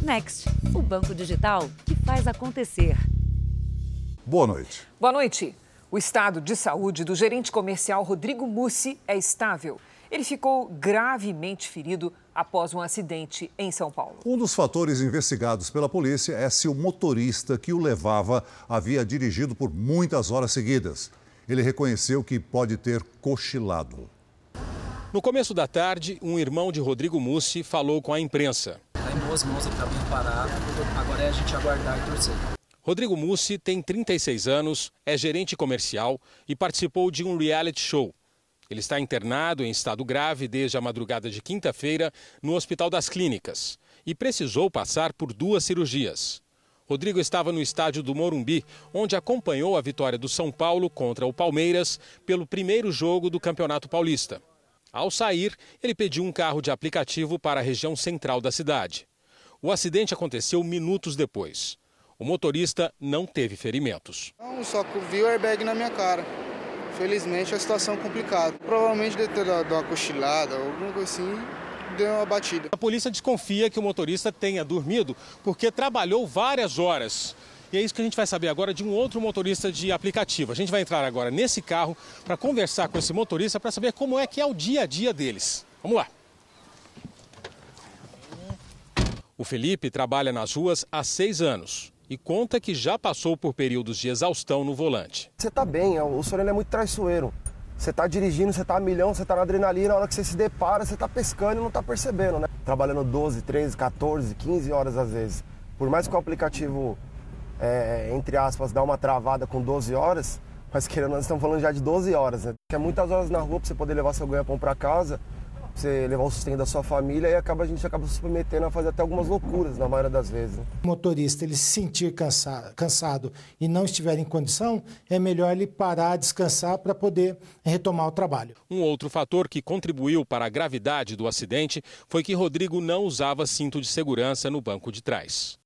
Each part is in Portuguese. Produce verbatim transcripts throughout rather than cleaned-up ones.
Next, o banco digital que faz acontecer. Boa noite. Boa noite. O estado de saúde do gerente comercial Rodrigo Mussi é estável. Ele ficou gravemente ferido após um acidente em São Paulo. Um dos fatores investigados pela polícia é se o motorista que o levava havia dirigido por muitas horas seguidas. Ele reconheceu que pode ter cochilado. No começo da tarde, um irmão de Rodrigo Mussi falou com a imprensa. Está em boas mãos, ele está bem parado. Agora é a gente aguardar e torcer. Rodrigo Mussi tem trinta e seis anos, é gerente comercial e participou de um reality show. Ele está internado em estado grave desde a madrugada de quinta-feira no Hospital das Clínicas e precisou passar por duas cirurgias. Rodrigo estava no estádio do Morumbi, onde acompanhou a vitória do São Paulo contra o Palmeiras pelo primeiro jogo do Campeonato Paulista. Ao sair, ele pediu um carro de aplicativo para a região central da cidade. O acidente aconteceu minutos depois. O motorista não teve ferimentos. Não, só vi o airbag na minha cara. Felizmente, a situação é complicada. Provavelmente deve ter dado uma cochilada, alguma coisa assim, deu uma batida. A polícia desconfia que o motorista tenha dormido porque trabalhou várias horas. E é isso que a gente vai saber agora de um outro motorista de aplicativo. A gente vai entrar agora nesse carro para conversar com esse motorista para saber como é que é o dia a dia deles. Vamos lá. O Felipe trabalha nas ruas há seis anos. E conta que já passou por períodos de exaustão no volante. Você tá bem, o senhor ele é muito traiçoeiro. Você tá dirigindo, você tá a milhão, você tá na adrenalina, na hora que você se depara, você tá pescando e não tá percebendo, né? Trabalhando doze, treze, quatorze, quinze horas às vezes. Por mais que o aplicativo, é, entre aspas, dá uma travada com doze horas, mas querendo, nós estamos falando já de doze horas, né? Que é muitas horas na rua pra você poder levar seu ganha-pão pra casa, você levar o sustento da sua família e acaba, a gente acaba se submetendo a fazer até algumas loucuras, na maioria das vezes. Né? O motorista ele se sentir cansa, cansado e não estiver em condição, é melhor ele parar, descansar para poder retomar o trabalho. Um outro fator que contribuiu para a gravidade do acidente foi que Rodrigo não usava cinto de segurança no banco de trás.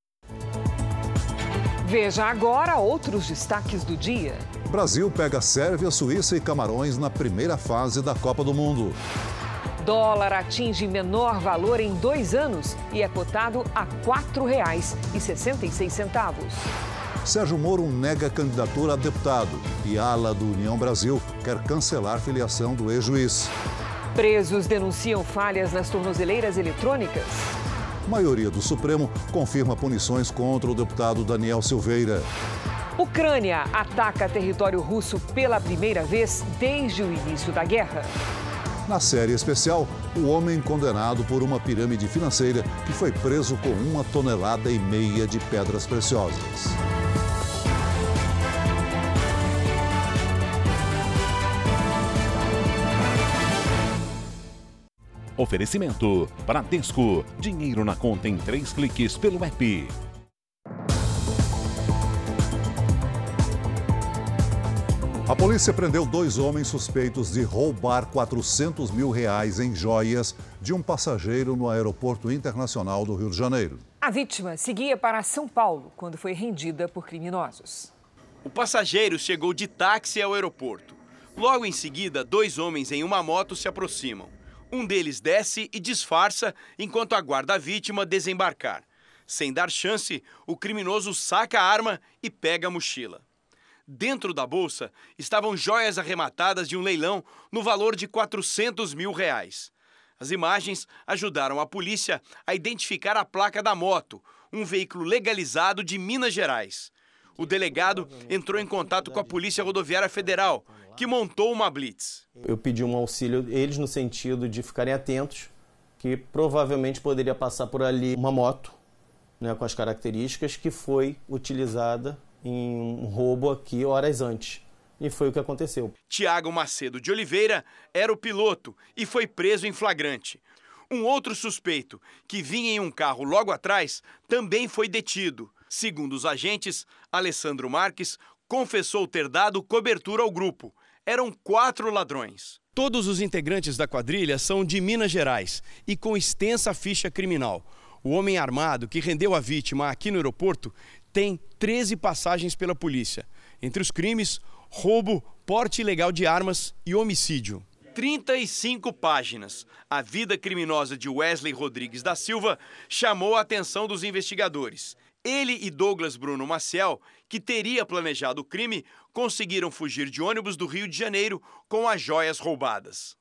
Veja agora outros destaques do dia. Brasil pega Sérvia, Suíça e Camarões na primeira fase da Copa do Mundo. Dólar atinge menor valor em dois anos e é cotado a quatro reais e sessenta e seis centavos. Sérgio Moro nega candidatura a deputado e ala do União Brasil quer cancelar filiação do ex-juiz. Presos denunciam falhas nas tornozeleiras eletrônicas. A maioria do Supremo confirma punições contra o deputado Daniel Silveira. Ucrânia ataca território russo pela primeira vez desde o início da guerra. Na série especial, o homem condenado por uma pirâmide financeira que foi preso com uma tonelada e meia de pedras preciosas. Oferecimento Bradesco. Dinheiro na conta em três cliques pelo app. A polícia prendeu dois homens suspeitos de roubar quatrocentos mil reais em joias de um passageiro no Aeroporto Internacional do Rio de Janeiro. A vítima seguia para São Paulo quando foi rendida por criminosos. O passageiro chegou de táxi ao aeroporto. Logo em seguida, dois homens em uma moto se aproximam. Um deles desce e disfarça enquanto aguarda a vítima desembarcar. Sem dar chance, o criminoso saca a arma e pega a mochila. Dentro da bolsa estavam joias arrematadas de um leilão no valor de quatrocentos mil reais. As imagens ajudaram a polícia a identificar a placa da moto, um veículo legalizado de Minas Gerais. O delegado entrou em contato com a Polícia Rodoviária Federal, que montou uma blitz. Eu pedi um auxílio eles no sentido de ficarem atentos, que provavelmente poderia passar por ali uma moto, né, com as características que foi utilizada em um roubo aqui horas antes. E foi o que aconteceu. Tiago Macedo de Oliveira era o piloto e foi preso em flagrante. Um outro suspeito, que vinha em um carro logo atrás, também foi detido. Segundo os agentes, Alessandro Marques confessou ter dado cobertura ao grupo. Eram quatro ladrões. Todos os integrantes da quadrilha são de Minas Gerais e com extensa ficha criminal. O homem armado que rendeu a vítima aqui no aeroporto tem treze passagens pela polícia. Entre os crimes, roubo, porte ilegal de armas e homicídio. trinta e cinco páginas. A vida criminosa de Wesley Rodrigues da Silva chamou a atenção dos investigadores. Ele e Douglas Bruno Maciel, que teria planejado o crime, conseguiram fugir de ônibus do Rio de Janeiro com as joias roubadas.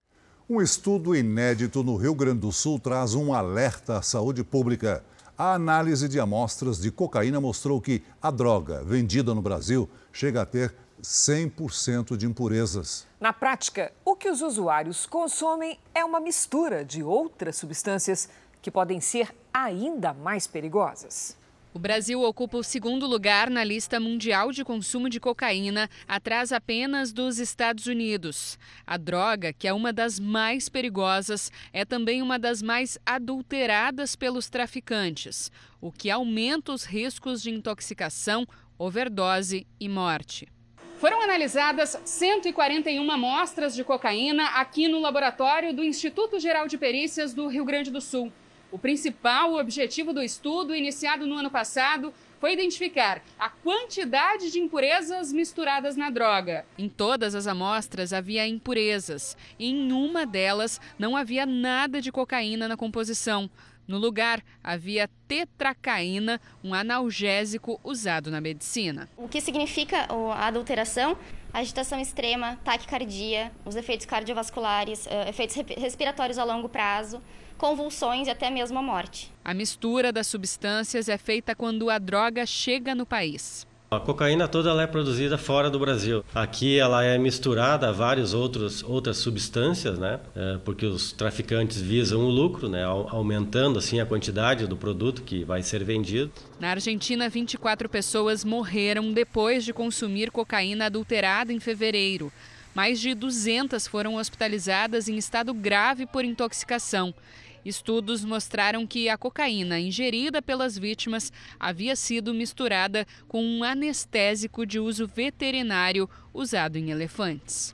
Um estudo inédito no Rio Grande do Sul traz um alerta à saúde pública. A análise de amostras de cocaína mostrou que a droga vendida no Brasil chega a ter cem por cento de impurezas. Na prática, o que os usuários consomem é uma mistura de outras substâncias que podem ser ainda mais perigosas. O Brasil ocupa o segundo lugar na lista mundial de consumo de cocaína, atrás apenas dos Estados Unidos. A droga, que é uma das mais perigosas, é também uma das mais adulteradas pelos traficantes, o que aumenta os riscos de intoxicação, overdose e morte. Foram analisadas cento e quarenta e uma amostras de cocaína aqui no laboratório do Instituto Geral de Perícias do Rio Grande do Sul. O principal objetivo do estudo, iniciado no ano passado, foi identificar a quantidade de impurezas misturadas na droga. Em todas as amostras havia impurezas e em uma delas não havia nada de cocaína na composição. No lugar, havia tetracaína, um analgésico usado na medicina. O que significa a adulteração? Agitação extrema, taquicardia, os efeitos cardiovasculares, efeitos respiratórios a longo prazo, convulsões e até mesmo a morte. A mistura das substâncias é feita quando a droga chega no país. A cocaína toda ela é produzida fora do Brasil. Aqui ela é misturada a várias outros, outras substâncias, né? É, porque os traficantes visam o lucro, né? Aumentando assim a quantidade do produto que vai ser vendido. Na Argentina, vinte e quatro pessoas morreram depois de consumir cocaína adulterada em fevereiro. Mais de duzentas foram hospitalizadas em estado grave por intoxicação. Estudos mostraram que a cocaína ingerida pelas vítimas havia sido misturada com um anestésico de uso veterinário usado em elefantes.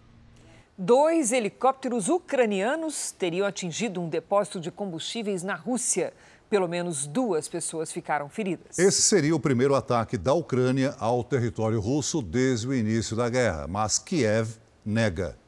Dois helicópteros ucranianos teriam atingido um depósito de combustíveis na Rússia. Pelo menos duas pessoas ficaram feridas. Esse seria o primeiro ataque da Ucrânia ao território russo desde o início da guerra, mas Kiev nega.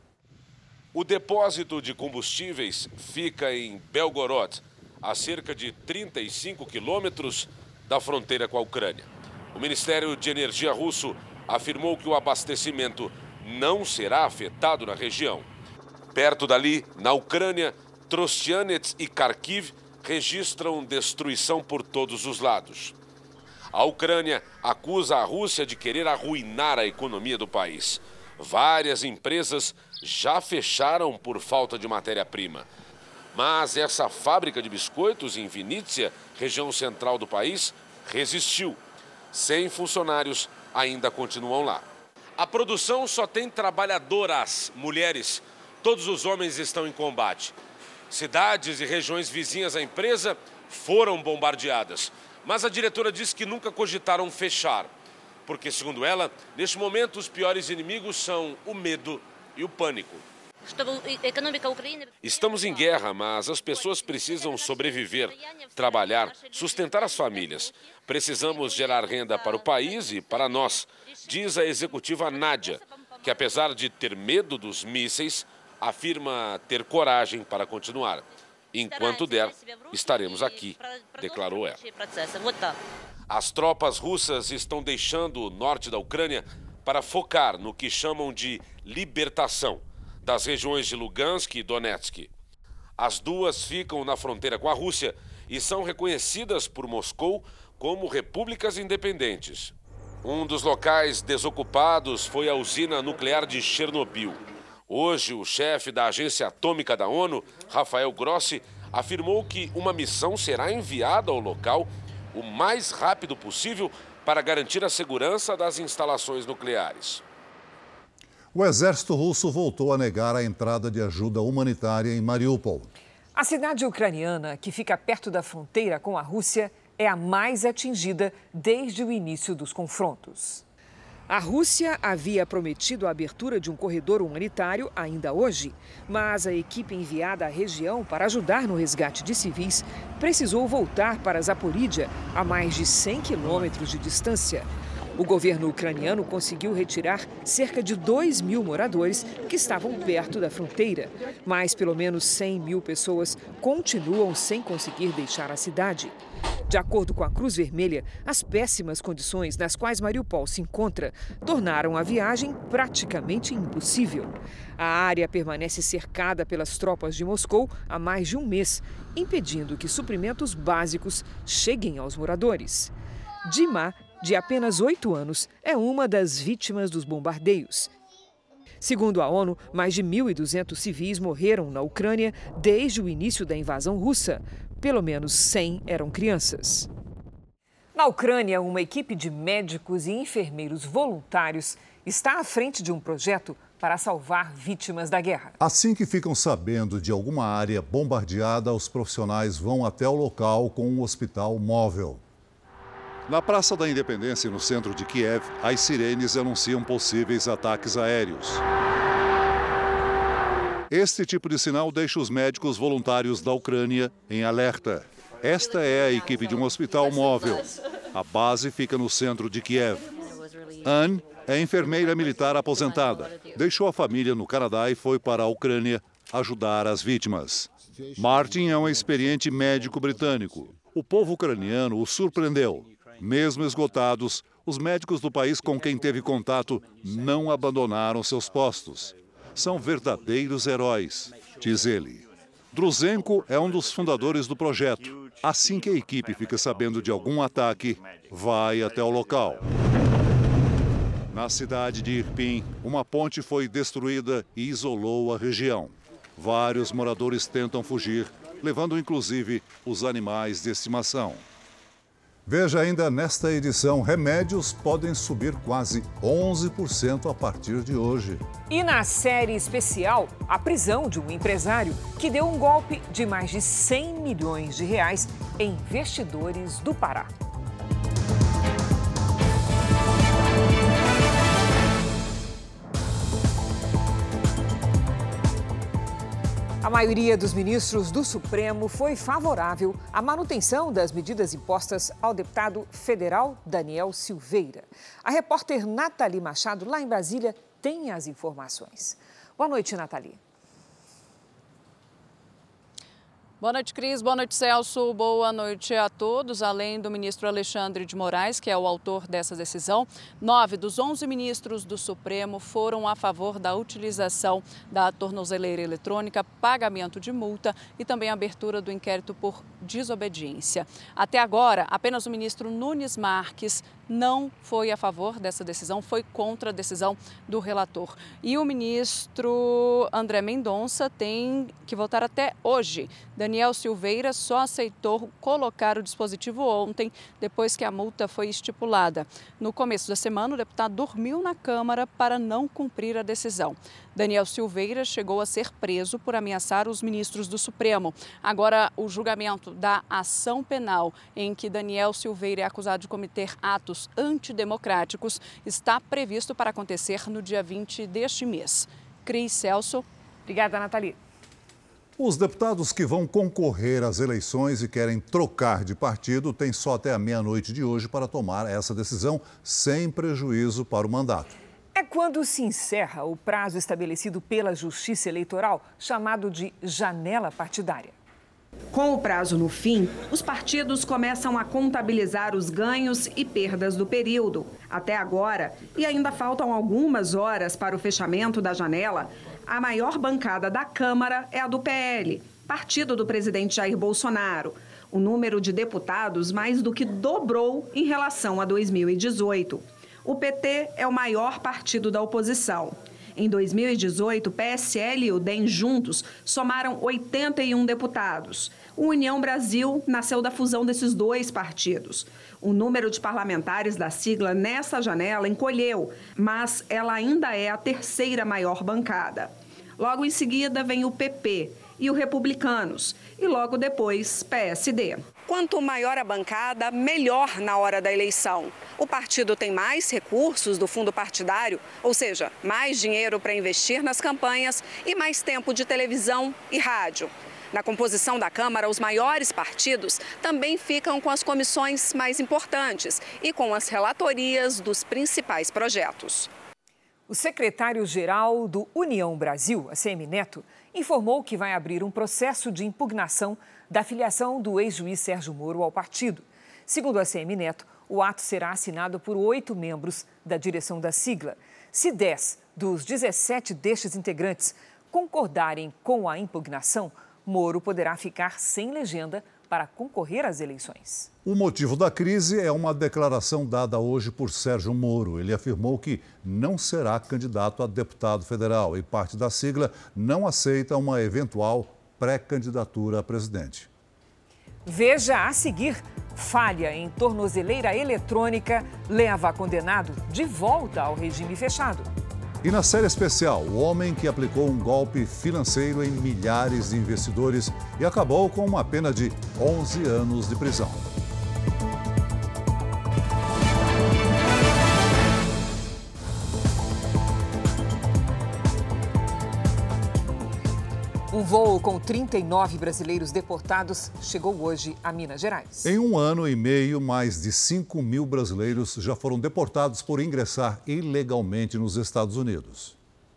O depósito de combustíveis fica em Belgorod, a cerca de trinta e cinco quilômetros da fronteira com a Ucrânia. O Ministério de Energia russo afirmou que o abastecimento não será afetado na região. Perto dali, na Ucrânia, Trostianets e Kharkiv registram destruição por todos os lados. A Ucrânia acusa a Rússia de querer arruinar a economia do país. Várias empresas já fecharam por falta de matéria-prima. Mas essa fábrica de biscoitos em Vinícius, região central do país, resistiu. Cem funcionários ainda continuam lá. A produção só tem trabalhadoras, mulheres. Todos os homens estão em combate. Cidades e regiões vizinhas à empresa foram bombardeadas. Mas a diretora diz que nunca cogitaram fechar. Porque, segundo ela, neste momento os piores inimigos são o medo e o pânico. Estamos em guerra, mas as pessoas precisam sobreviver, trabalhar, sustentar as famílias. Precisamos gerar renda para o país e para nós, diz a executiva Nádia, que apesar de ter medo dos mísseis, afirma ter coragem para continuar. Enquanto der, estaremos aqui, declarou ela. As tropas russas estão deixando o norte da Ucrânia para focar no que chamam de libertação das regiões de Lugansk e Donetsk. As duas ficam na fronteira com a Rússia e são reconhecidas por Moscou como repúblicas independentes. Um dos locais desocupados foi a usina nuclear de Chernobyl. Hoje, o chefe da Agência Atômica da ONU, Rafael Grossi, afirmou que uma missão será enviada ao local o mais rápido possível para garantir a segurança das instalações nucleares. O exército russo voltou a negar a entrada de ajuda humanitária em Mariupol. A cidade ucraniana, que fica perto da fronteira com a Rússia, é a mais atingida desde o início dos confrontos. A Rússia havia prometido a abertura de um corredor humanitário ainda hoje, mas a equipe enviada à região para ajudar no resgate de civis precisou voltar para Zaporídia, a mais de cem quilômetros de distância. O governo ucraniano conseguiu retirar cerca de dois mil moradores que estavam perto da fronteira, mas pelo menos cem mil pessoas continuam sem conseguir deixar a cidade. De acordo com a Cruz Vermelha, as péssimas condições nas quais Mariupol se encontra tornaram a viagem praticamente impossível. A área permanece cercada pelas tropas de Moscou há mais de um mês, impedindo que suprimentos básicos cheguem aos moradores. Dima, de apenas oito anos, é uma das vítimas dos bombardeios. Segundo a ONU, mais de mil e duzentos civis morreram na Ucrânia desde o início da invasão russa. Pelo menos cem eram crianças. Na Ucrânia, uma equipe de médicos e enfermeiros voluntários está à frente de um projeto para salvar vítimas da guerra. Assim que ficam sabendo de alguma área bombardeada, os profissionais vão até o local com um hospital móvel. Na Praça da Independência, no centro de Kiev, as sirenes anunciam possíveis ataques aéreos. Este tipo de sinal deixa os médicos voluntários da Ucrânia em alerta. Esta é a equipe de um hospital móvel. A base fica no centro de Kiev. Anne é enfermeira militar aposentada. Deixou a família no Canadá e foi para a Ucrânia ajudar as vítimas. Martin é um experiente médico britânico. O povo ucraniano o surpreendeu. Mesmo esgotados, os médicos do país com quem teve contato não abandonaram seus postos. São verdadeiros heróis, diz ele. Druzenko é um dos fundadores do projeto. Assim que a equipe fica sabendo de algum ataque, vai até o local. Na cidade de Irpin, uma ponte foi destruída e isolou a região. Vários moradores tentam fugir, levando inclusive os animais de estimação. Veja ainda nesta edição, remédios podem subir quase onze por cento a partir de hoje. E na série especial, a prisão de um empresário que deu um golpe de mais de cem milhões de reais em investidores do Pará. A maioria dos ministros do Supremo foi favorável à manutenção das medidas impostas ao deputado federal Daniel Silveira. A repórter Nathalie Machado, lá em Brasília, tem as informações. Boa noite, Nathalie. Boa noite, Cris. Boa noite, Celso. Boa noite a todos. Além do ministro Alexandre de Moraes, que é o autor dessa decisão, nove dos onze ministros do Supremo foram a favor da utilização da tornozeleira eletrônica, pagamento de multa e também a abertura do inquérito por desobediência. Até agora, apenas o ministro Nunes Marques não foi a favor dessa decisão, foi contra a decisão do relator. E o ministro André Mendonça tem que votar até hoje. Daniel Silveira só aceitou colocar o dispositivo ontem, depois que a multa foi estipulada. No começo da semana, o deputado dormiu na Câmara para não cumprir a decisão. Daniel Silveira chegou a ser preso por ameaçar os ministros do Supremo. Agora, o julgamento da ação penal em que Daniel Silveira é acusado de cometer atos antidemocráticos está previsto para acontecer no dia vinte deste mês. Cris, Celso. Obrigada, Nathalie. Os deputados que vão concorrer às eleições e querem trocar de partido têm só até a meia-noite de hoje para tomar essa decisão sem prejuízo para o mandato. É quando se encerra o prazo estabelecido pela Justiça Eleitoral, chamado de janela partidária. Com o prazo no fim, os partidos começam a contabilizar os ganhos e perdas do período. Até agora, e ainda faltam algumas horas para o fechamento da janela, a maior bancada da Câmara é a do P L, partido do presidente Jair Bolsonaro. O número de deputados mais do que dobrou em relação a dois mil e dezoito. O P T é o maior partido da oposição. Em dois mil e dezoito, o P S L e o D E M juntos somaram oitenta e um deputados. O União Brasil nasceu da fusão desses dois partidos. O número de parlamentares da sigla nessa janela encolheu, mas ela ainda é a terceira maior bancada. Logo em seguida vem o P P e o Republicanos, e logo depois P S D. Quanto maior a bancada, melhor na hora da eleição. O partido tem mais recursos do fundo partidário, ou seja, mais dinheiro para investir nas campanhas e mais tempo de televisão e rádio. Na composição da Câmara, os maiores partidos também ficam com as comissões mais importantes e com as relatorias dos principais projetos. O secretário-geral do União Brasil, ACM Neto, informou que vai abrir um processo de impugnação da filiação do ex-juiz Sérgio Moro ao partido. Segundo o ACM Neto, o ato será assinado por oito membros da direção da sigla. Se dez dos dezessete destes integrantes concordarem com a impugnação, Moro poderá ficar sem legenda para concorrer às eleições. O motivo da crise é uma declaração dada hoje por Sérgio Moro. Ele afirmou que não será candidato a deputado federal e parte da sigla não aceita uma eventual pré-candidatura a presidente. Veja a seguir: falha em tornozeleira eletrônica leva condenado de volta ao regime fechado. E na série especial, o homem que aplicou um golpe financeiro em milhares de investidores e acabou com uma pena de onze anos de prisão. Um voo com trinta e nove brasileiros deportados chegou hoje a Minas Gerais. Em um ano e meio, mais de cinco mil brasileiros já foram deportados por ingressar ilegalmente nos Estados Unidos.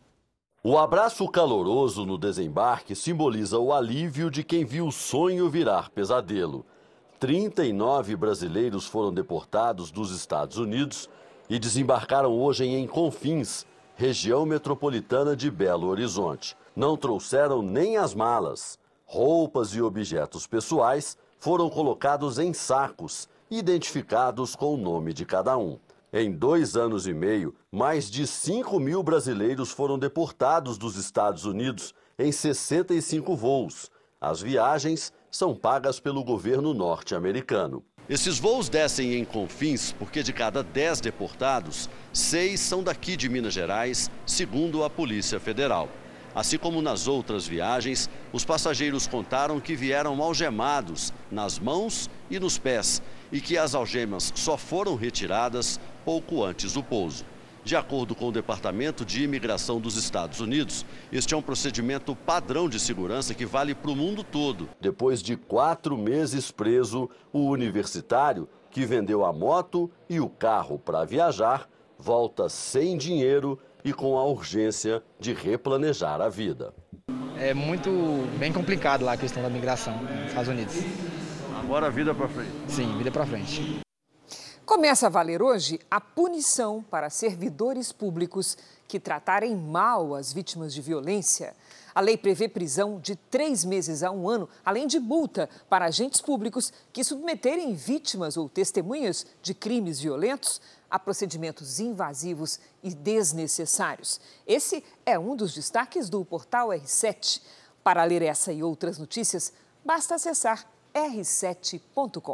O abraço caloroso no desembarque simboliza o alívio de quem viu o sonho virar pesadelo. trinta e nove brasileiros foram deportados dos Estados Unidos e desembarcaram hoje em Confins, região metropolitana de Belo Horizonte. Não trouxeram nem as malas. Roupas e objetos pessoais foram colocados em sacos, identificados com o nome de cada um. Em dois anos e meio, mais de cinco mil brasileiros foram deportados dos Estados Unidos em sessenta e cinco voos. As viagens são pagas pelo governo norte-americano. Esses voos descem em Confins porque de cada dez deportados, seis são daqui de Minas Gerais, segundo a Polícia Federal. Assim como nas outras viagens, os passageiros contaram que vieram algemados nas mãos e nos pés e que as algemas só foram retiradas pouco antes do pouso. De acordo com o Departamento de Imigração dos Estados Unidos, este é um procedimento padrão de segurança que vale para o mundo todo. Depois de quatro meses preso, o universitário, que vendeu a moto e o carro para viajar, volta sem dinheiro e com a urgência de replanejar a vida. É muito bem complicado lá a questão da migração nos Estados Unidos. Agora a vida para frente. Sim, vida para frente. Começa a valer hoje a punição para servidores públicos que tratarem mal as vítimas de violência. A lei prevê prisão de três meses a um ano, além de multa para agentes públicos que submeterem vítimas ou testemunhas de crimes violentos a procedimentos invasivos e desnecessários. Esse é um dos destaques do portal R sete. Para ler essa e outras notícias, basta acessar r sete ponto com.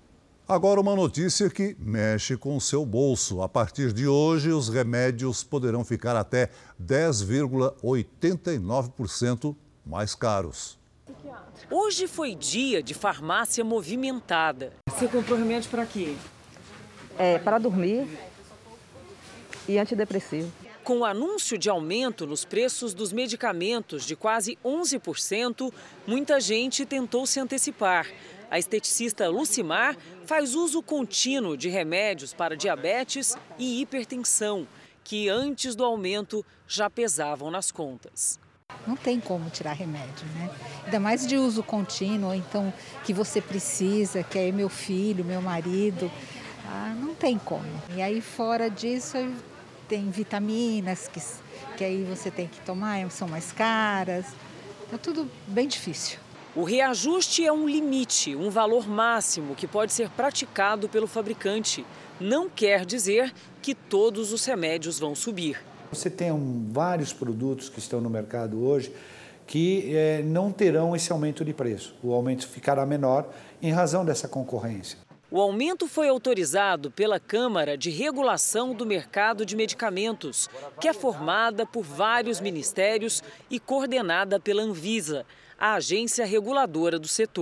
Agora uma notícia que mexe com o seu bolso. A partir de hoje, os remédios poderão ficar até dez vírgula oitenta e nove por cento mais caros. Hoje foi dia de farmácia movimentada. Você comprou remédio para quê? É, para dormir e antidepressivo. Com o anúncio de aumento nos preços dos medicamentos de quase onze por cento, muita gente tentou se antecipar. A esteticista Lucimar faz uso contínuo de remédios para diabetes e hipertensão, que antes do aumento já pesavam nas contas. Não tem como tirar remédio, né? Ainda mais de uso contínuo, então que você precisa, que é meu filho, meu marido, ah, não tem como. E aí fora disso tem vitaminas que, que aí você tem que tomar, são mais caras, é tudo bem difícil. O reajuste é um limite, um valor máximo que pode ser praticado pelo fabricante. Não quer dizer que todos os remédios vão subir. Você tem um, vários produtos que estão no mercado hoje que é, não terão esse aumento de preço. O aumento ficará menor em razão dessa concorrência. O aumento foi autorizado pela Câmara de Regulação do Mercado de Medicamentos, que é formada por vários ministérios e coordenada pela Anvisa, a agência reguladora do setor.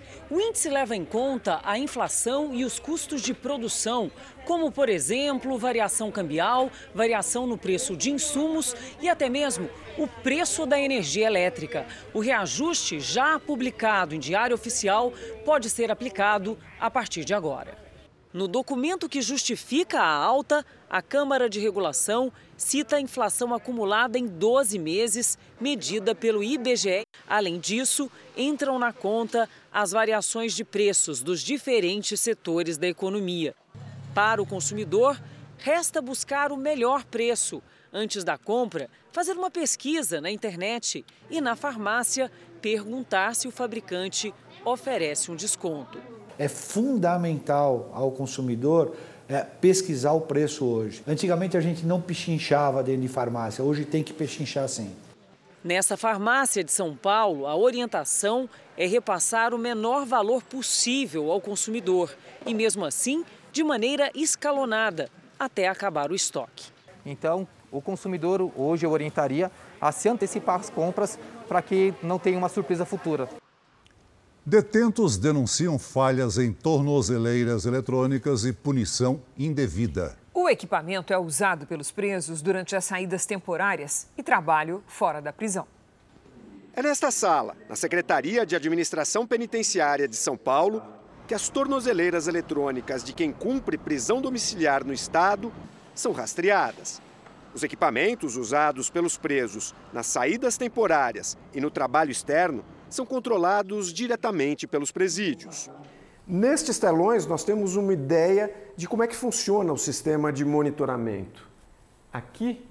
O índice leva em conta a inflação e os custos de produção, como, por exemplo, variação cambial, variação no preço de insumos e até mesmo o preço da energia elétrica. O reajuste, já publicado em Diário Oficial, pode ser aplicado a partir de agora. No documento que justifica a alta, a Câmara de Regulação cita a inflação acumulada em doze meses, medida pelo I B G E. Além disso, entram na conta as variações de preços dos diferentes setores da economia. Para o consumidor, resta buscar o melhor preço. Antes da compra, fazer uma pesquisa na internet e na farmácia perguntar se o fabricante oferece um desconto. É fundamental ao consumidor é, pesquisar o preço hoje. Antigamente a gente não pechinchava dentro de farmácia, hoje tem que pechinchar sim. Nessa farmácia de São Paulo, a orientação é repassar o menor valor possível ao consumidor e, mesmo assim, de maneira escalonada, até acabar o estoque. Então, o consumidor hoje eu orientaria a se antecipar as compras para que não tenha uma surpresa futura. Detentos denunciam falhas em tornozeleiras eletrônicas e punição indevida. O equipamento é usado pelos presos durante as saídas temporárias e trabalho fora da prisão. É nesta sala, na Secretaria de Administração Penitenciária de São Paulo, que as tornozeleiras eletrônicas de quem cumpre prisão domiciliar no estado são rastreadas. Os equipamentos usados pelos presos nas saídas temporárias e no trabalho externo são controlados diretamente pelos presídios. Nestes telões, nós temos uma ideia de como é que funciona o sistema de monitoramento. Aqui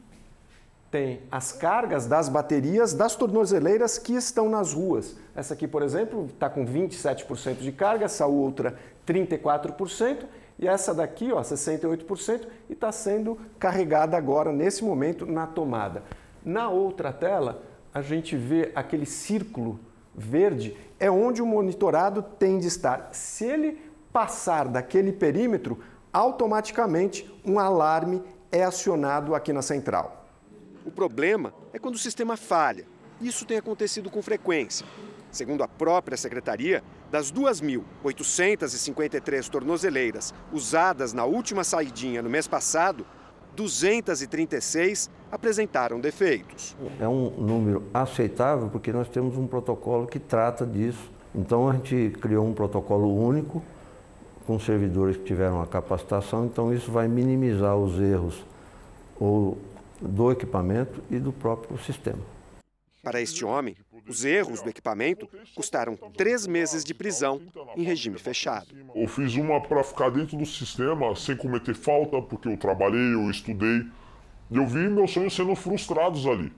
tem as cargas das baterias das tornozeleiras que estão nas ruas. Essa aqui, por exemplo, está com vinte e sete por cento de carga, essa outra trinta e quatro por cento e essa daqui, ó, sessenta e oito por cento, e está sendo carregada agora, nesse momento, na tomada. Na outra tela, a gente vê aquele círculo verde, é onde o monitorado tem de estar. Se ele passar daquele perímetro, automaticamente um alarme é acionado aqui na central. O problema é quando o sistema falha. Isso tem acontecido com frequência. Segundo a própria secretaria, das duas mil oitocentas e cinquenta e três tornozeleiras usadas na última saidinha no mês passado, duzentas e trinta e seis apresentaram defeitos. É um número aceitável porque nós temos um protocolo que trata disso. Então a gente criou um protocolo único com servidores que tiveram a capacitação, então isso vai minimizar os erros ou do equipamento e do próprio sistema. Para este homem, os erros do equipamento custaram três meses de prisão em regime fechado. Eu fiz uma para ficar dentro do sistema sem cometer falta, porque eu trabalhei, eu estudei. E eu vi meus sonhos sendo frustrados ali.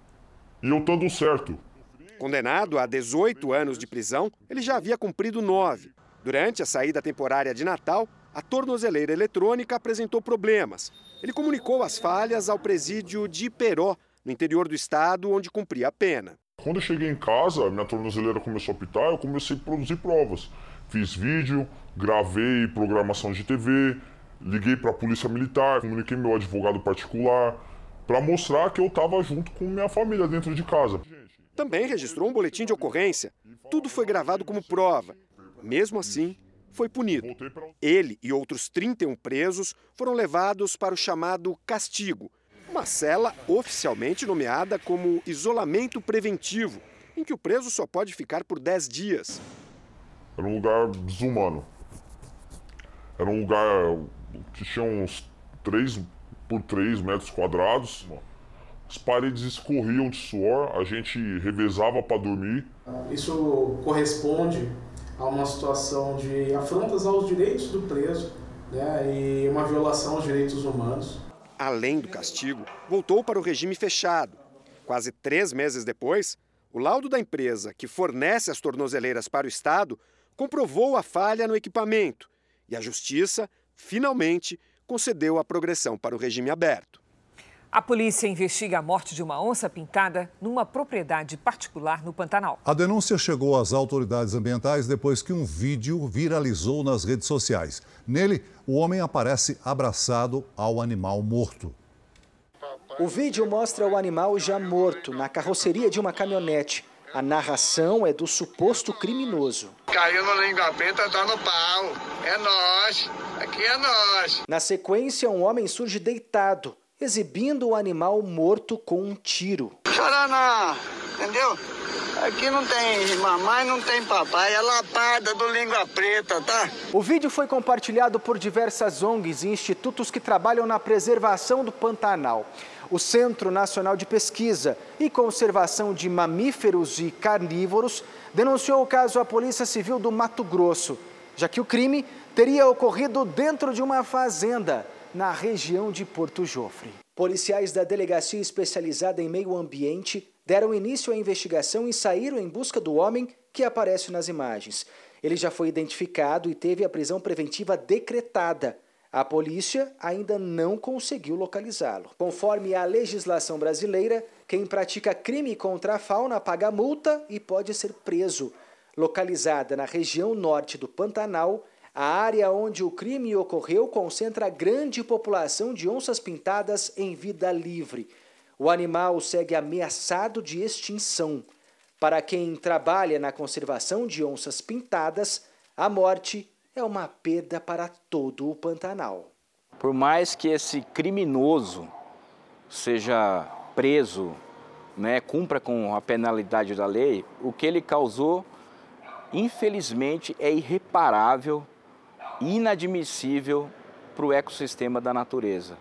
E eu estando certo. Condenado a dezoito anos de prisão, ele já havia cumprido nove. Durante a saída temporária de Natal, a tornozeleira eletrônica apresentou problemas. Ele comunicou as falhas ao presídio de Iperó, no interior do estado, onde cumpria a pena. Quando eu cheguei em casa, minha tornozeleira começou a apitar, eu comecei a produzir provas. Fiz vídeo, gravei programação de T V, liguei para a polícia militar, comuniquei meu advogado particular, para mostrar que eu estava junto com minha família dentro de casa. Também registrou um boletim de ocorrência. Tudo foi gravado como prova. Mesmo assim, foi punido. Ele e outros trinta e um presos foram levados para o chamado castigo, uma cela oficialmente nomeada como isolamento preventivo, em que o preso só pode ficar por dez dias. Era um lugar desumano. Era um lugar que tinha uns três por três metros quadrados. As paredes escorriam de suor, a gente revezava para dormir. Isso corresponde a uma situação de afrontas aos direitos do preso, né, e uma violação aos direitos humanos. Além do castigo, voltou para o regime fechado. Quase três meses depois, o laudo da empresa que fornece as tornozeleiras para o Estado comprovou a falha no equipamento e a Justiça, finalmente, concedeu a progressão para o regime aberto. A polícia investiga a morte de uma onça pintada numa propriedade particular no Pantanal. A denúncia chegou às autoridades ambientais depois que um vídeo viralizou nas redes sociais. Nele, o homem aparece abraçado ao animal morto. O vídeo mostra o animal já morto na carroceria de uma caminhonete. A narração é do suposto criminoso. Caiu no língua preta, tá no pau. É nós. Aqui é nós. Na sequência, um homem surge deitado, exibindo o animal morto com um tiro. Chora não, entendeu? Aqui não tem mamãe, não tem papai, é lapada do língua preta, tá? O vídeo foi compartilhado por diversas O N Gs e institutos que trabalham na preservação do Pantanal. O Centro Nacional de Pesquisa e Conservação de Mamíferos e Carnívoros denunciou o caso à Polícia Civil do Mato Grosso, já que o crime teria ocorrido dentro de uma fazenda, na região de Porto Jofre. Policiais da Delegacia Especializada em Meio Ambiente deram início à investigação e saíram em busca do homem que aparece nas imagens. Ele já foi identificado e teve a prisão preventiva decretada. A polícia ainda não conseguiu localizá-lo. Conforme a legislação brasileira, quem pratica crime contra a fauna paga multa e pode ser preso. Localizada na região norte do Pantanal, a área onde o crime ocorreu concentra grande população de onças pintadas em vida livre. O animal segue ameaçado de extinção. Para quem trabalha na conservação de onças pintadas, a morte é uma perda para todo o Pantanal. Por mais que esse criminoso seja preso, né, cumpra com a penalidade da lei, o que ele causou, infelizmente, é irreparável, inadmissível para o ecossistema da natureza.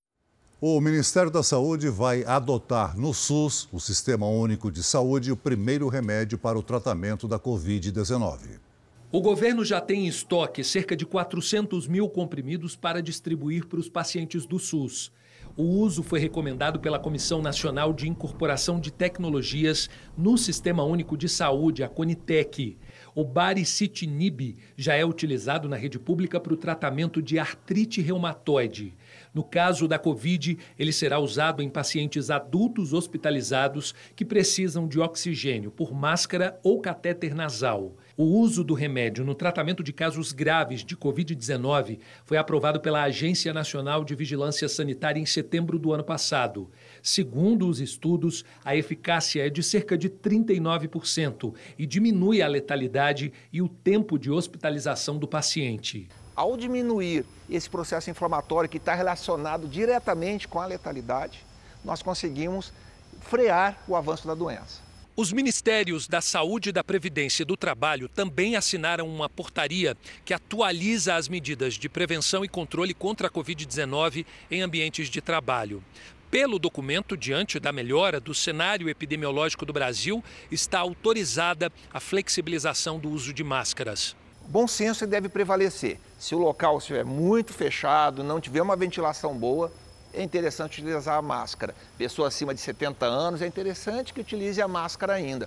O Ministério da Saúde vai adotar no SUS, o Sistema Único de Saúde, o primeiro remédio para o tratamento da covid dezenove. O governo já tem em estoque cerca de quatrocentos mil comprimidos para distribuir para os pacientes do SUS. O uso foi recomendado pela Comissão Nacional de Incorporação de Tecnologias no Sistema Único de Saúde, a Conitec. O baricitinib já é utilizado na rede pública para o tratamento de artrite reumatoide. No caso da Covid, ele será usado em pacientes adultos hospitalizados que precisam de oxigênio por máscara ou catéter nasal. O uso do remédio no tratamento de casos graves de covid dezenove foi aprovado pela Agência Nacional de Vigilância Sanitária em setembro do ano passado. Segundo os estudos, a eficácia é de cerca de trinta e nove por cento e diminui a letalidade e o tempo de hospitalização do paciente. Ao diminuir esse processo inflamatório que está relacionado diretamente com a letalidade, nós conseguimos frear o avanço da doença. Os Ministérios da Saúde e da Previdência e do Trabalho também assinaram uma portaria que atualiza as medidas de prevenção e controle contra a covid dezenove em ambientes de trabalho. Pelo documento, diante da melhora do cenário epidemiológico do Brasil, está autorizada a flexibilização do uso de máscaras. Bom senso deve prevalecer. Se o local estiver muito fechado, não tiver uma ventilação boa, é interessante utilizar a máscara. Pessoa acima de setenta anos, é interessante que utilize a máscara ainda.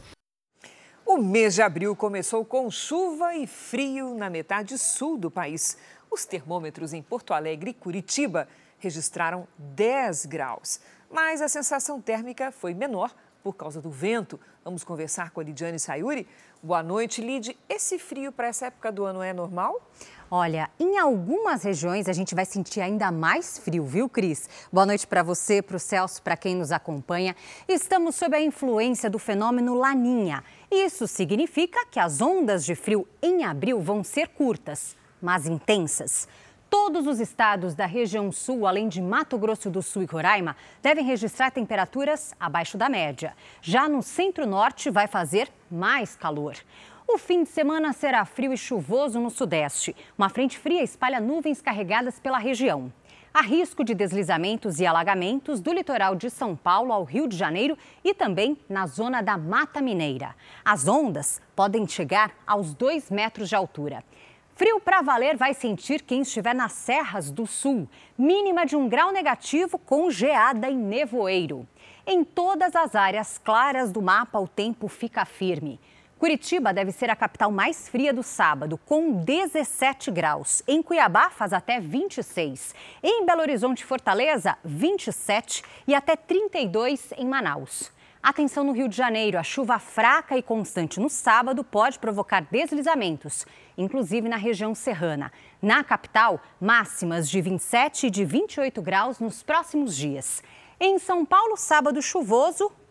O mês de abril começou com chuva e frio na metade sul do país. Os termômetros em Porto Alegre e Curitiba registraram dez graus, mas a sensação térmica foi menor por causa do vento. Vamos conversar com a Lidiane Sayuri. Boa noite, Lid. Esse frio para essa época do ano é normal? Olha, em algumas regiões a gente vai sentir ainda mais frio, viu, Cris? Boa noite para você, para o Celso, para quem nos acompanha. Estamos sob a influência do fenômeno Laninha. Isso significa que as ondas de frio em abril vão ser curtas, mas intensas. Todos os estados da região sul, além de Mato Grosso do Sul e Roraima, devem registrar temperaturas abaixo da média. Já no centro-norte vai fazer mais calor. O fim de semana será frio e chuvoso no sudeste. Uma frente fria espalha nuvens carregadas pela região. Há risco de deslizamentos e alagamentos do litoral de São Paulo ao Rio de Janeiro e também na zona da Mata Mineira. As ondas podem chegar aos dois metros de altura. Frio para valer vai sentir quem estiver nas serras do sul. Mínima de um grau negativo com geada e nevoeiro. Em todas as áreas claras do mapa, o tempo fica firme. Curitiba deve ser a capital mais fria do sábado, com dezessete graus. Em Cuiabá, faz até vinte e seis. Em Belo Horizonte e Fortaleza, vinte e sete e até trinta e dois em Manaus. Atenção no Rio de Janeiro, a chuva fraca e constante no sábado pode provocar deslizamentos, inclusive na região serrana. Na capital, máximas de vinte e sete e de vinte e oito graus nos próximos dias. Em São Paulo, sábado chuvoso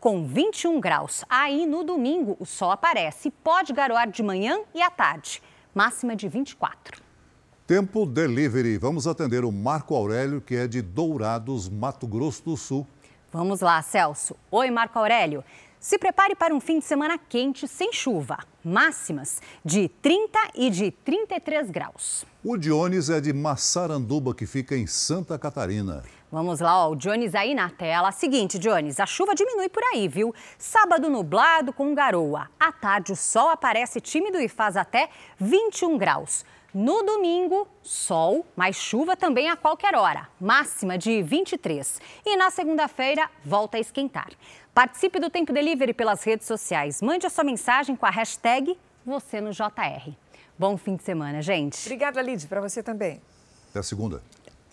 com vinte e um graus. Aí, no domingo, o sol aparece e pode garoar de manhã e à tarde. Máxima de vinte e quatro. Tempo Delivery. Vamos atender o Marco Aurélio, que é de Dourados, Mato Grosso do Sul. Vamos lá, Celso. Oi, Marco Aurélio. Se prepare para um fim de semana quente, sem chuva. Máximas de trinta e de trinta e três graus. O Dionis é de Massaranduba, que fica em Santa Catarina. Vamos lá, ó, o Dionis aí na tela. Seguinte, Dionis, a chuva diminui por aí, viu? Sábado nublado com garoa. À tarde o sol aparece tímido e faz até vinte e um graus. No domingo, sol, mas chuva também a qualquer hora. Máxima de vinte e três. E na segunda-feira, volta a esquentar. Participe do Tempo Delivery pelas redes sociais. Mande a sua mensagem com a hashtag você no J R. Bom fim de semana, gente. Obrigada, Lid, para você também. Até a segunda.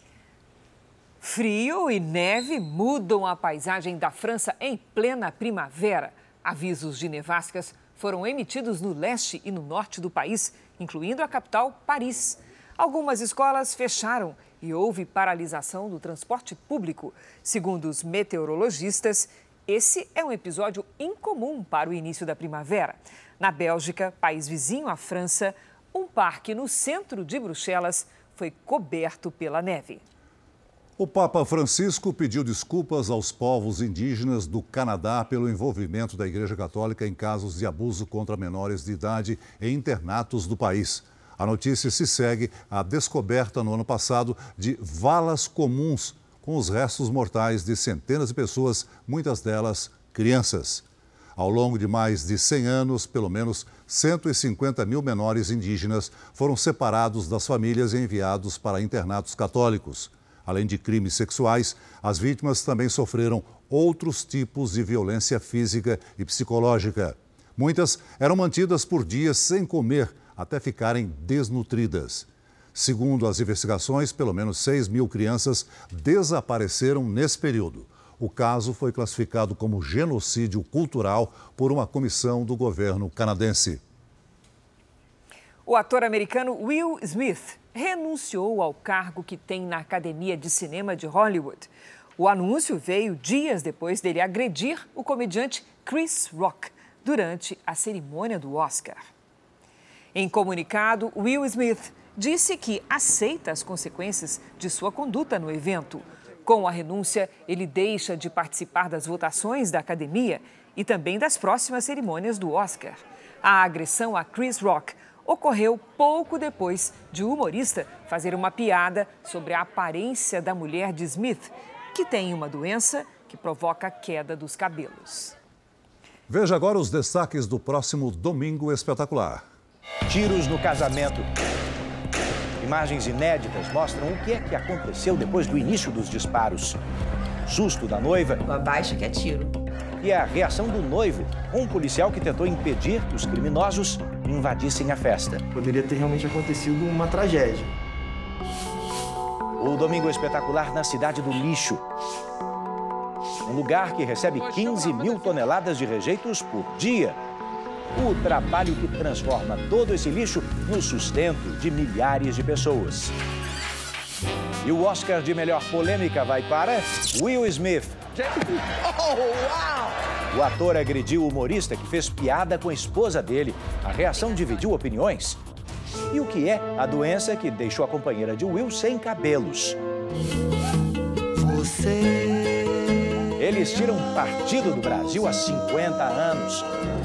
Frio e neve mudam a paisagem da França em plena primavera. Avisos de nevascas foram emitidos no leste e no norte do país, incluindo a capital, Paris. Algumas escolas fecharam e houve paralisação do transporte público. Segundo os meteorologistas, esse é um episódio incomum para o início da primavera. Na Bélgica, país vizinho à França, um parque no centro de Bruxelas foi coberto pela neve. O Papa Francisco pediu desculpas aos povos indígenas do Canadá pelo envolvimento da Igreja Católica em casos de abuso contra menores de idade em internatos do país. A notícia se segue à descoberta no ano passado de valas comuns com os restos mortais de centenas de pessoas, muitas delas crianças. Ao longo de mais de cem anos, pelo menos cento e cinquenta mil menores indígenas foram separados das famílias e enviados para internatos católicos. Além de crimes sexuais, as vítimas também sofreram outros tipos de violência física e psicológica. Muitas eram mantidas por dias sem comer, até ficarem desnutridas. Segundo as investigações, pelo menos seis mil crianças desapareceram nesse período. O caso foi classificado como genocídio cultural por uma comissão do governo canadense. O ator americano Will Smith renunciou ao cargo que tem na Academia de Cinema de Hollywood. O anúncio veio dias depois dele agredir o comediante Chris Rock durante a cerimônia do Oscar. Em comunicado, Will Smith disse que aceita as consequências de sua conduta no evento. Com a renúncia, ele deixa de participar das votações da academia e também das próximas cerimônias do Oscar. A agressão a Chris Rock ocorreu pouco depois de o humorista fazer uma piada sobre a aparência da mulher de Smith, que tem uma doença que provoca queda dos cabelos. Veja agora os destaques do próximo Domingo Espetacular. Tiros no casamento. Imagens inéditas mostram o que é que aconteceu depois do início dos disparos. Susto da noiva. Abaixa que é tiro. E a reação do noivo, um policial que tentou impedir que os criminosos invadissem a festa. Poderia ter realmente acontecido uma tragédia. O Domingo Espetacular na Cidade do Lixo. Um lugar que recebe quinze mil toneladas de rejeitos por dia. O trabalho que transforma todo esse lixo no sustento de milhares de pessoas. E o Oscar de melhor polêmica vai para Will Smith. O ator agrediu o humorista que fez piada com a esposa dele. A reação dividiu opiniões. E o que é a doença que deixou a companheira de Will sem cabelos? Você... Eles tiram partido do Brasil há cinquenta anos.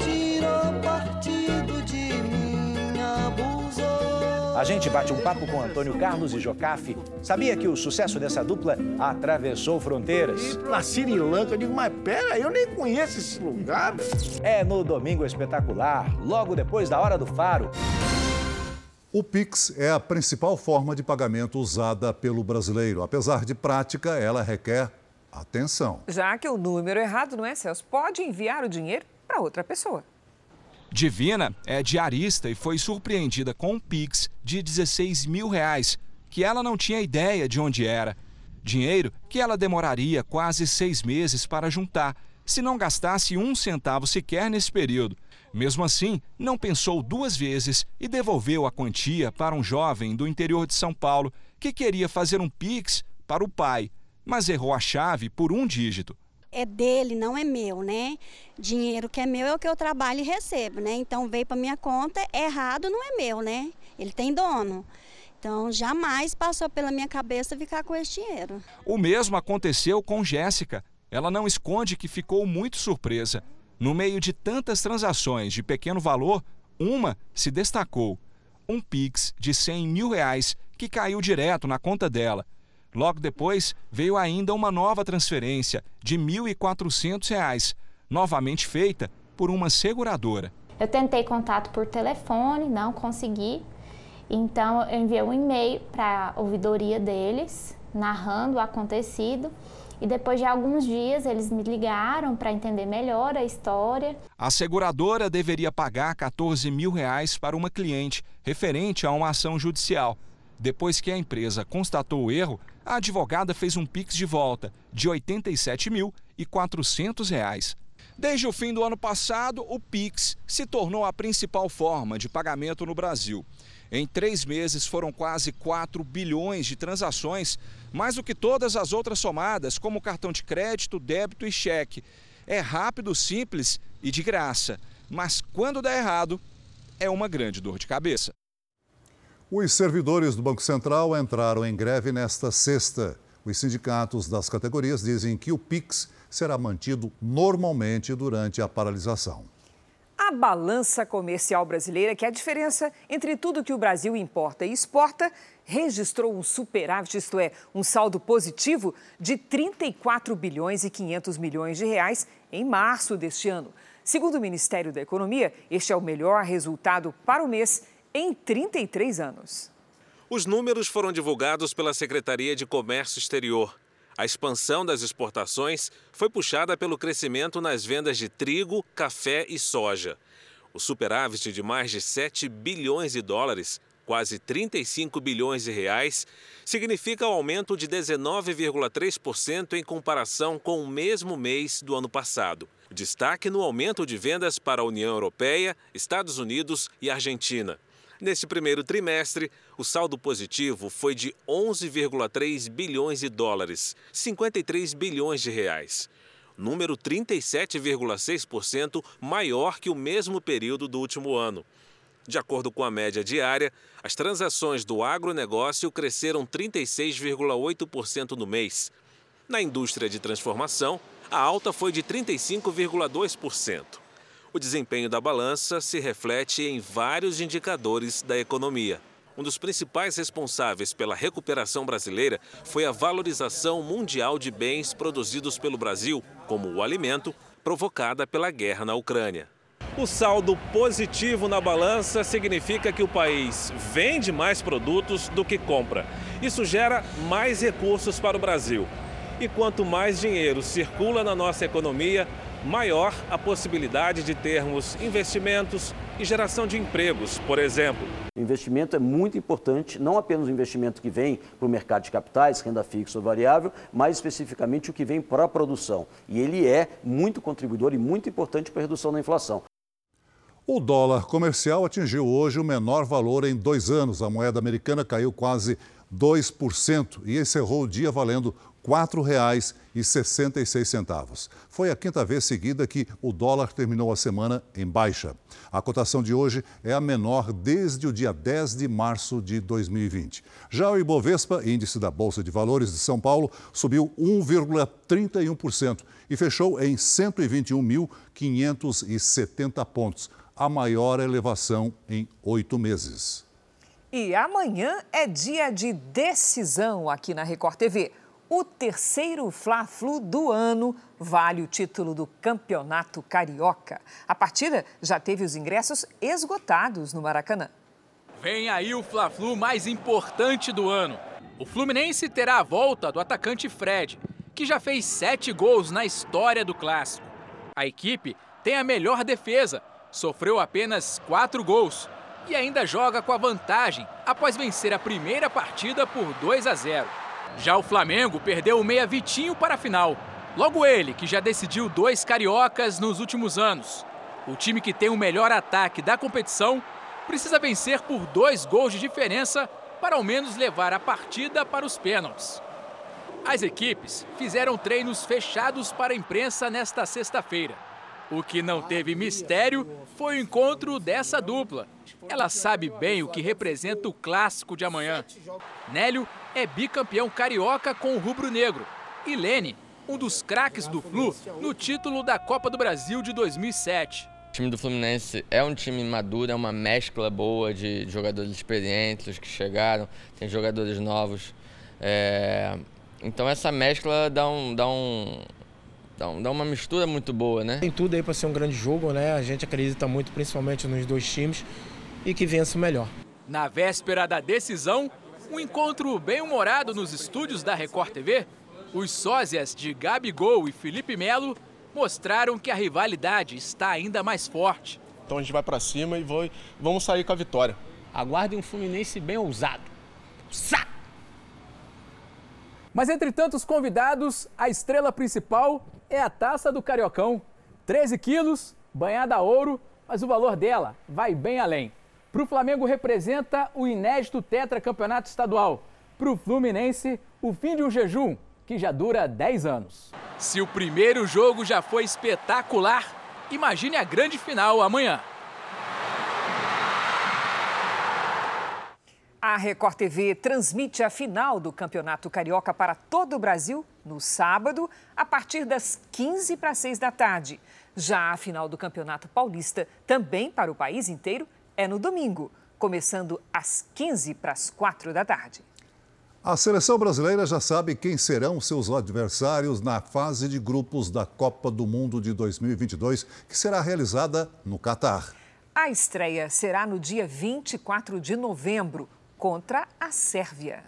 A gente bate um papo com Antônio Carlos e Jocafe. Sabia que o sucesso dessa dupla atravessou fronteiras? Na Sri Lanka, eu digo, mas pera, eu nem conheço esse lugar. É no Domingo Espetacular, logo depois da Hora do Faro. O Pix é a principal forma de pagamento usada pelo brasileiro. Apesar de prática, ela requer atenção. Já que o número errado, não é, Celso? Pode enviar o dinheiro para outra pessoa. Divina é diarista e foi surpreendida com um Pix de dezesseis mil reais, que ela não tinha ideia de onde era. Dinheiro que ela demoraria quase seis meses para juntar, se não gastasse um centavo sequer nesse período. Mesmo assim, não pensou duas vezes e devolveu a quantia para um jovem do interior de São Paulo que queria fazer um Pix para o pai, mas errou a chave por um dígito. é dele, não é meu, né? Dinheiro que é meu é o que eu trabalho e recebo, né? Então veio para minha conta, é errado, não é meu, né? Ele tem dono. Então jamais passou pela minha cabeça ficar com esse dinheiro. O mesmo aconteceu com Jéssica. Ela não esconde que ficou muito surpresa. No meio de tantas transações de pequeno valor, uma se destacou. Um Pix de cem mil reais que caiu direto na conta dela. Logo depois, veio ainda uma nova transferência de mil e quatrocentos reais, novamente feita por uma seguradora. Eu tentei contato por telefone, não consegui. Então, eu enviei um e-mail para a ouvidoria deles, narrando o acontecido. E depois de alguns dias, eles me ligaram para entender melhor a história. A seguradora deveria pagar quatorze mil reais para uma cliente, referente a uma ação judicial. Depois que a empresa constatou o erro, a advogada fez um Pix de volta de oitenta e sete mil e quatrocentos reais. Desde o fim do ano passado, o Pix se tornou a principal forma de pagamento no Brasil. Em três meses foram quase quatro bilhões de transações, mais do que todas as outras somadas, como cartão de crédito, débito e cheque. É rápido, simples e de graça, mas quando dá errado, é uma grande dor de cabeça. Os servidores do Banco Central entraram em greve nesta sexta. Os sindicatos das categorias dizem que o Pix será mantido normalmente durante a paralisação. A balança comercial brasileira, que é a diferença entre tudo que o Brasil importa e exporta, registrou um superávit, isto é, um saldo positivo de trinta e quatro bilhões e quinhentos milhões de reais em março deste ano. Segundo o Ministério da Economia, este é o melhor resultado para o mês em trinta e três anos. Os números foram divulgados pela Secretaria de Comércio Exterior. A expansão das exportações foi puxada pelo crescimento nas vendas de trigo, café e soja. O superávit de mais de sete bilhões de dólares, quase trinta e cinco bilhões de reais, significa um aumento de dezenove vírgula três por cento em comparação com o mesmo mês do ano passado. Destaque no aumento de vendas para a União Europeia, Estados Unidos e Argentina. Neste primeiro trimestre, o saldo positivo foi de onze vírgula três bilhões de dólares, cinquenta e três bilhões de reais. Número trinta e sete vírgula seis por cento maior que o mesmo período do último ano. De acordo com a média diária, as transações do agronegócio cresceram trinta e seis vírgula oito por cento no mês. Na indústria de transformação, a alta foi de trinta e cinco vírgula dois por cento. O desempenho da balança se reflete em vários indicadores da economia. Um dos principais responsáveis pela recuperação brasileira foi a valorização mundial de bens produzidos pelo Brasil, como o alimento, provocada pela guerra na Ucrânia. O saldo positivo na balança significa que o país vende mais produtos do que compra. Isso gera mais recursos para o Brasil. E quanto mais dinheiro circula na nossa economia, maior a possibilidade de termos investimentos e geração de empregos, por exemplo. O investimento é muito importante, não apenas o investimento que vem para o mercado de capitais, renda fixa ou variável, mas especificamente o que vem para a produção. E ele é muito contribuidor e muito importante para a redução da inflação. O dólar comercial atingiu hoje o menor valor em dois anos. A moeda americana caiu quase dois por cento e encerrou o dia valendo quatro reais e sessenta e seis centavos. Foi a quinta vez seguida que o dólar terminou a semana em baixa. A cotação de hoje é a menor desde o dia dez de março de dois mil e vinte. Já o Ibovespa, índice da Bolsa de Valores de São Paulo, subiu um vírgula trinta e um por cento e fechou em cento e vinte e um mil quinhentos e setenta pontos, a maior elevação em oito meses. E amanhã é dia de decisão aqui na Record T V. O terceiro Fla-Flu do ano vale o título do Campeonato Carioca. A partida já teve os ingressos esgotados no Maracanã. Vem aí o Fla-Flu mais importante do ano. O Fluminense terá a volta do atacante Fred, que já fez sete gols na história do clássico. A equipe tem a melhor defesa, sofreu apenas quatro gols e ainda joga com a vantagem após vencer a primeira partida por dois a zero. Já o Flamengo perdeu o meia Vitinho para a final. Logo ele, que já decidiu dois cariocas nos últimos anos. O time que tem o melhor ataque da competição precisa vencer por dois gols de diferença para ao menos levar a partida para os pênaltis. As equipes fizeram treinos fechados para a imprensa nesta sexta-feira. O que não teve mistério foi o encontro dessa dupla. Ela sabe bem o que representa o clássico de amanhã. Nélio é bicampeão carioca com o rubro-negro. E Lene, um dos craques do Flu, no título da Copa do Brasil de dois mil e sete. O time do Fluminense é um time maduro, é uma mescla boa de jogadores experientes que chegaram, tem jogadores novos. É... Então essa mescla dá, um, dá, um, dá, um, dá uma mistura muito boa, né? Tem tudo aí para ser um grande jogo, né? A gente acredita muito, principalmente nos dois times, e que vença o melhor. Na véspera da decisão, um encontro bem-humorado nos estúdios da Record T V, os sósias de Gabigol e Felipe Melo mostraram que a rivalidade está ainda mais forte. Então a gente vai para cima e vai, vamos sair com a vitória. Aguardem um Fluminense bem ousado. Sá! Mas entre tantos convidados, a estrela principal é a taça do Cariocão. treze quilos, banhada a ouro, mas o valor dela vai bem além. Para o Flamengo representa o inédito tetracampeonato estadual. Para o Fluminense, o fim de um jejum que já dura dez anos. Se o primeiro jogo já foi espetacular, imagine a grande final amanhã. A Record T V transmite a final do Campeonato Carioca para todo o Brasil no sábado, a partir das quinze para as seis da tarde. Já a final do Campeonato Paulista, também para o país inteiro, é no domingo, começando às quinze para as quatro da tarde. A seleção brasileira já sabe quem serão seus adversários na fase de grupos da Copa do Mundo de dois mil e vinte e dois, que será realizada no Catar. A estreia será no dia vinte e quatro de novembro, contra a Sérvia.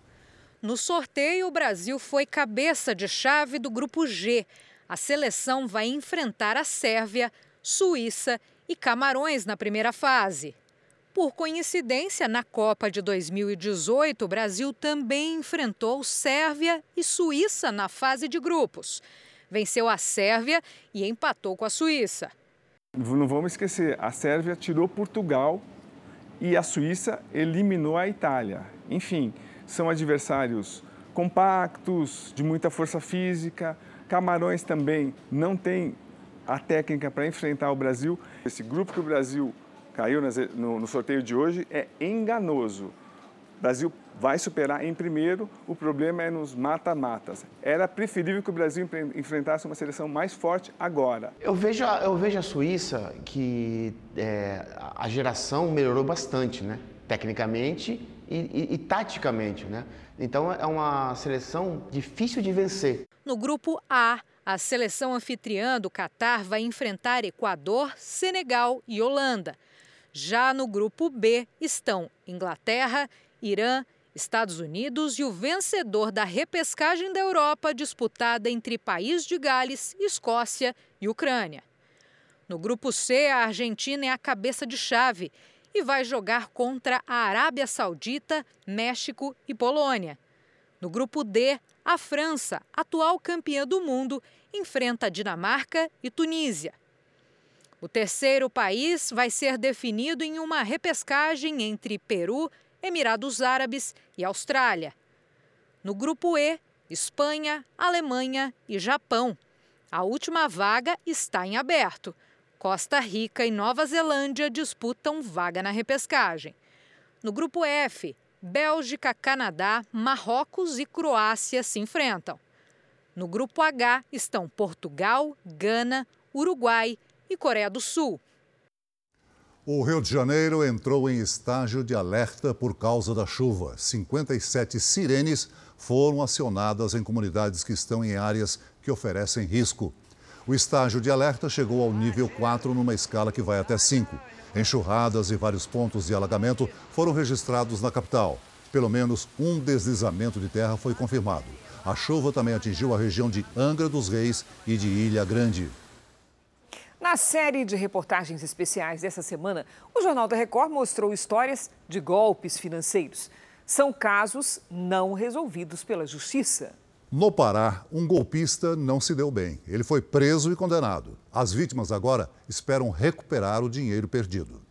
No sorteio, o Brasil foi cabeça de chave do Grupo G. A seleção vai enfrentar a Sérvia, Suíça e Camarões na primeira fase. Por coincidência, na Copa de dois mil e dezoito, o Brasil também enfrentou Sérvia e Suíça na fase de grupos. Venceu a Sérvia e empatou com a Suíça. Não vamos esquecer, a Sérvia tirou Portugal e a Suíça eliminou a Itália. Enfim, são adversários compactos, de muita força física. Camarões também não tem a técnica para enfrentar o Brasil. Esse grupo que o Brasil caiu no sorteio de hoje é enganoso. O Brasil vai superar em primeiro, o problema é nos mata-matas. Era preferível que o Brasil enfrentasse uma seleção mais forte agora. Eu vejo a, eu vejo a Suíça que é, a geração melhorou bastante, né? Tecnicamente e, e, e taticamente, né? Então é uma seleção difícil de vencer. No grupo A, a seleção anfitriã do Catar vai enfrentar Equador, Senegal e Holanda. Já no grupo B estão Inglaterra, Irã, Estados Unidos e o vencedor da repescagem da Europa disputada entre País de Gales, Escócia e Ucrânia. No grupo C, a Argentina é a cabeça de chave e vai jogar contra a Arábia Saudita, México e Polônia. No grupo D, a França, atual campeã do mundo, enfrenta a Dinamarca e Tunísia. O terceiro país vai ser definido em uma repescagem entre Peru, Emirados Árabes e Austrália. No grupo E, Espanha, Alemanha e Japão. A última vaga está em aberto. Costa Rica e Nova Zelândia disputam vaga na repescagem. No grupo F, Bélgica, Canadá, Marrocos e Croácia se enfrentam. No grupo H estão Portugal, Gana, Uruguai e Coreia do Sul. O Rio de Janeiro entrou em estágio de alerta por causa da chuva. cinquenta e sete sirenes foram acionadas em comunidades que estão em áreas que oferecem risco. O estágio de alerta chegou ao nível quatro numa escala que vai até cinco. Enxurradas e vários pontos de alagamento foram registrados na capital. Pelo menos um deslizamento de terra foi confirmado. A chuva também atingiu a região de Angra dos Reis e de Ilha Grande. Na série de reportagens especiais dessa semana, o Jornal da Record mostrou histórias de golpes financeiros. São casos não resolvidos pela justiça. No Pará, um golpista não se deu bem. Ele foi preso e condenado. As vítimas agora esperam recuperar o dinheiro perdido.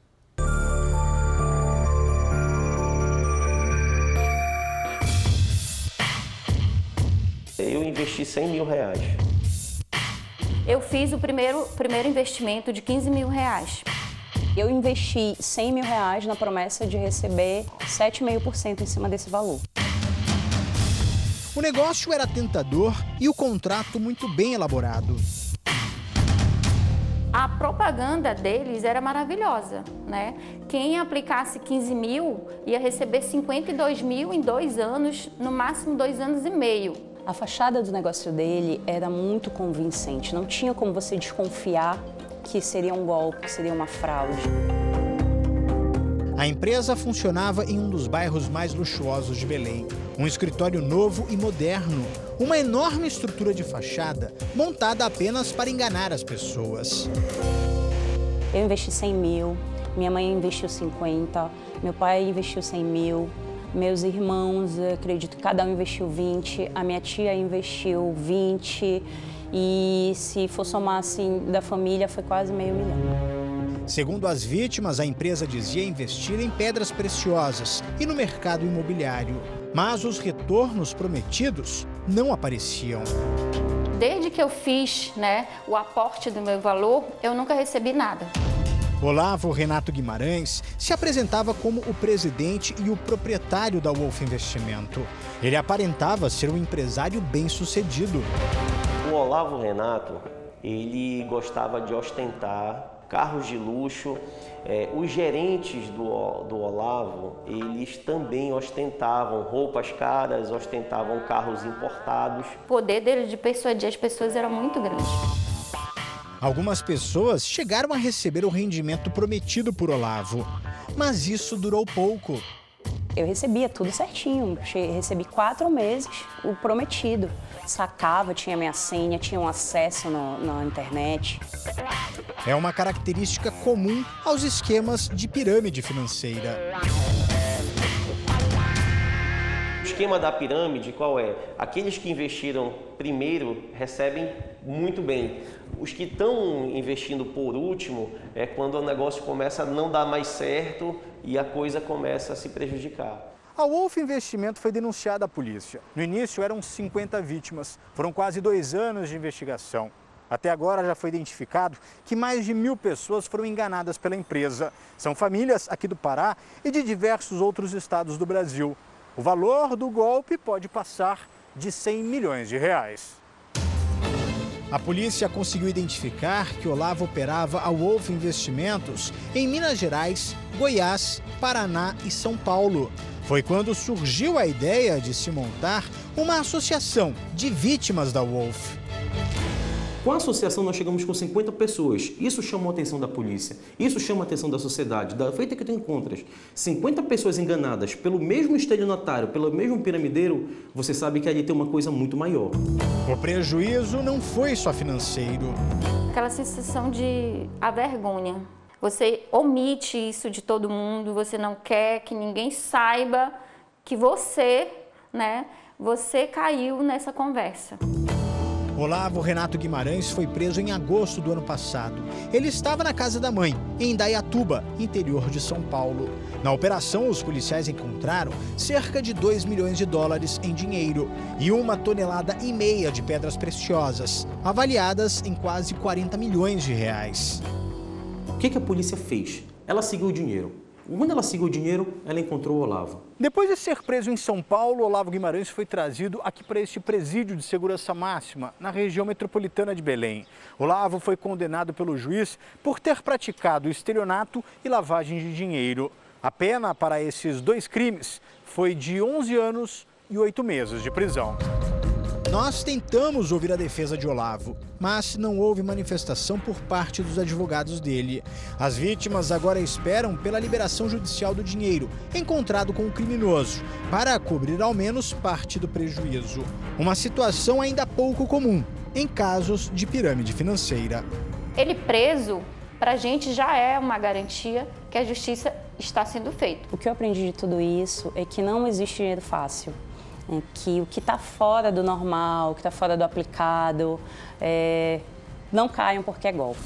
investi cem mil reais. Eu fiz o primeiro, primeiro investimento de quinze mil reais. Eu investi cem mil reais na promessa de receber sete vírgula cinco por cento em cima desse valor. O negócio era tentador e o contrato muito bem elaborado. A propaganda deles era maravilhosa, né? Quem aplicasse quinze mil ia receber cinquenta e dois mil em dois anos, no máximo dois anos e meio. A fachada do negócio dele era muito convincente, não tinha como você desconfiar que seria um golpe, que seria uma fraude. A empresa funcionava em um dos bairros mais luxuosos de Belém. Um escritório novo e moderno, uma enorme estrutura de fachada montada apenas para enganar as pessoas. Eu investi cem mil, minha mãe investiu cinquenta, meu pai investiu cem mil, meus irmãos, eu acredito que cada um investiu vinte, a minha tia investiu vinte e se for somar assim da família foi quase meio milhão. Segundo as vítimas, a empresa dizia investir em pedras preciosas e no mercado imobiliário. Mas os retornos prometidos não apareciam. Desde que eu fiz, né, o aporte do meu valor, eu nunca recebi nada. Olavo Renato Guimarães se apresentava como o presidente e o proprietário da Wolf Investimento. Ele aparentava ser um empresário bem-sucedido. O Olavo Renato, ele gostava de ostentar carros de luxo. É, os gerentes do, do Olavo, eles também ostentavam roupas caras, ostentavam carros importados. O poder dele de persuadir as pessoas era muito grande. Algumas pessoas chegaram a receber o rendimento prometido por Olavo, mas isso durou pouco. Eu recebia tudo certinho, recebi quatro meses o prometido. Sacava, tinha minha senha, tinha um acesso no, na internet. É uma característica comum aos esquemas de pirâmide financeira. O esquema da pirâmide qual é? Aqueles que investiram primeiro recebem muito bem. Os que estão investindo por último é quando o negócio começa a não dar mais certo e a coisa começa a se prejudicar. A Wolf Investimento foi denunciada à polícia. No início eram cinquenta vítimas. Foram quase dois anos de investigação. Até agora já foi identificado que mais de mil pessoas foram enganadas pela empresa. São famílias aqui do Pará e de diversos outros estados do Brasil. O valor do golpe pode passar de cem milhões de reais. A polícia conseguiu identificar que Olavo operava a Wolf Investimentos em Minas Gerais, Goiás, Paraná e São Paulo. Foi quando surgiu a ideia de se montar uma associação de vítimas da Wolf. Com a associação nós chegamos com cinquenta pessoas, isso chamou a atenção da polícia, isso chama a atenção da sociedade, da feita que tu encontras cinquenta pessoas enganadas pelo mesmo estelionatário, pelo mesmo piramideiro, você sabe que ali tem uma coisa muito maior. O prejuízo não foi só financeiro. Aquela sensação de a vergonha, você omite isso de todo mundo, você não quer que ninguém saiba que você, né, você caiu nessa conversa. Olavo Renato Guimarães foi preso em agosto do ano passado. Ele estava na casa da mãe, em Indaiatuba, interior de São Paulo. Na operação, os policiais encontraram cerca de dois milhões de dólares em dinheiro e uma tonelada e meia de pedras preciosas, avaliadas em quase quarenta milhões de reais. O que, que a polícia fez? Ela seguiu o dinheiro. Quando ela seguiu o dinheiro, ela encontrou o Olavo. Depois de ser preso em São Paulo, Olavo Guimarães foi trazido aqui para este presídio de segurança máxima, na região metropolitana de Belém. Olavo foi condenado pelo juiz por ter praticado estelionato e lavagem de dinheiro. A pena para esses dois crimes foi de onze anos e oito meses de prisão. Nós tentamos ouvir a defesa de Olavo, mas não houve manifestação por parte dos advogados dele. As vítimas agora esperam pela liberação judicial do dinheiro encontrado com o criminoso, para cobrir ao menos parte do prejuízo. Uma situação ainda pouco comum em casos de pirâmide financeira. Ele preso, para a gente já é uma garantia que a justiça está sendo feita. O que eu aprendi de tudo isso é que não existe dinheiro fácil. Que o que está fora do normal, o que está fora do aplicado, é, não caiam porque é golpe.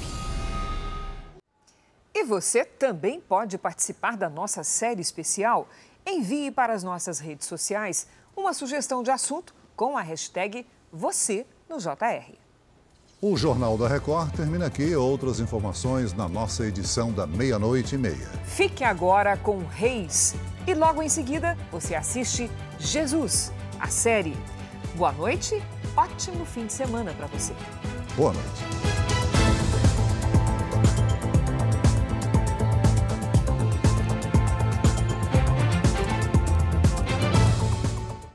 E você também pode participar da nossa série especial. Envie para as nossas redes sociais uma sugestão de assunto com a hashtag você no J R. O Jornal da Record termina aqui. Outras informações na nossa edição da meia-noite e meia. Fique agora com Reis e logo em seguida você assiste Jesus, a série. Boa noite, ótimo fim de semana para você. Boa noite.